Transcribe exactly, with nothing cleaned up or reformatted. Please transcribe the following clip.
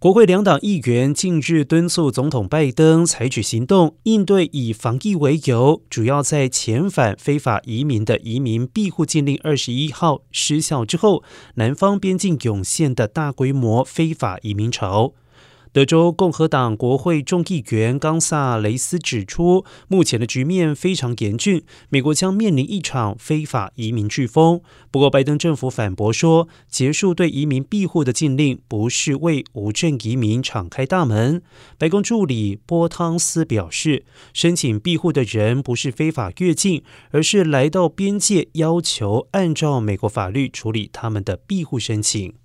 国会两党议员近日敦促总统拜登采取行动，应对以防疫为由，主要在遣返非法移民的移民庇护禁令二十一号失效之后，南方边境涌现的大规模非法移民潮。德州共和党国会众议员冈萨雷斯指出，目前的局面非常严峻，美国将面临一场非法移民飓风。不过，拜登政府反驳说，结束对移民庇护的禁令不是为无证移民敞开大门。白宫助理波汤斯表示，申请庇护的人不是非法越境，而是来到边界要求按照美国法律处理他们的庇护申请。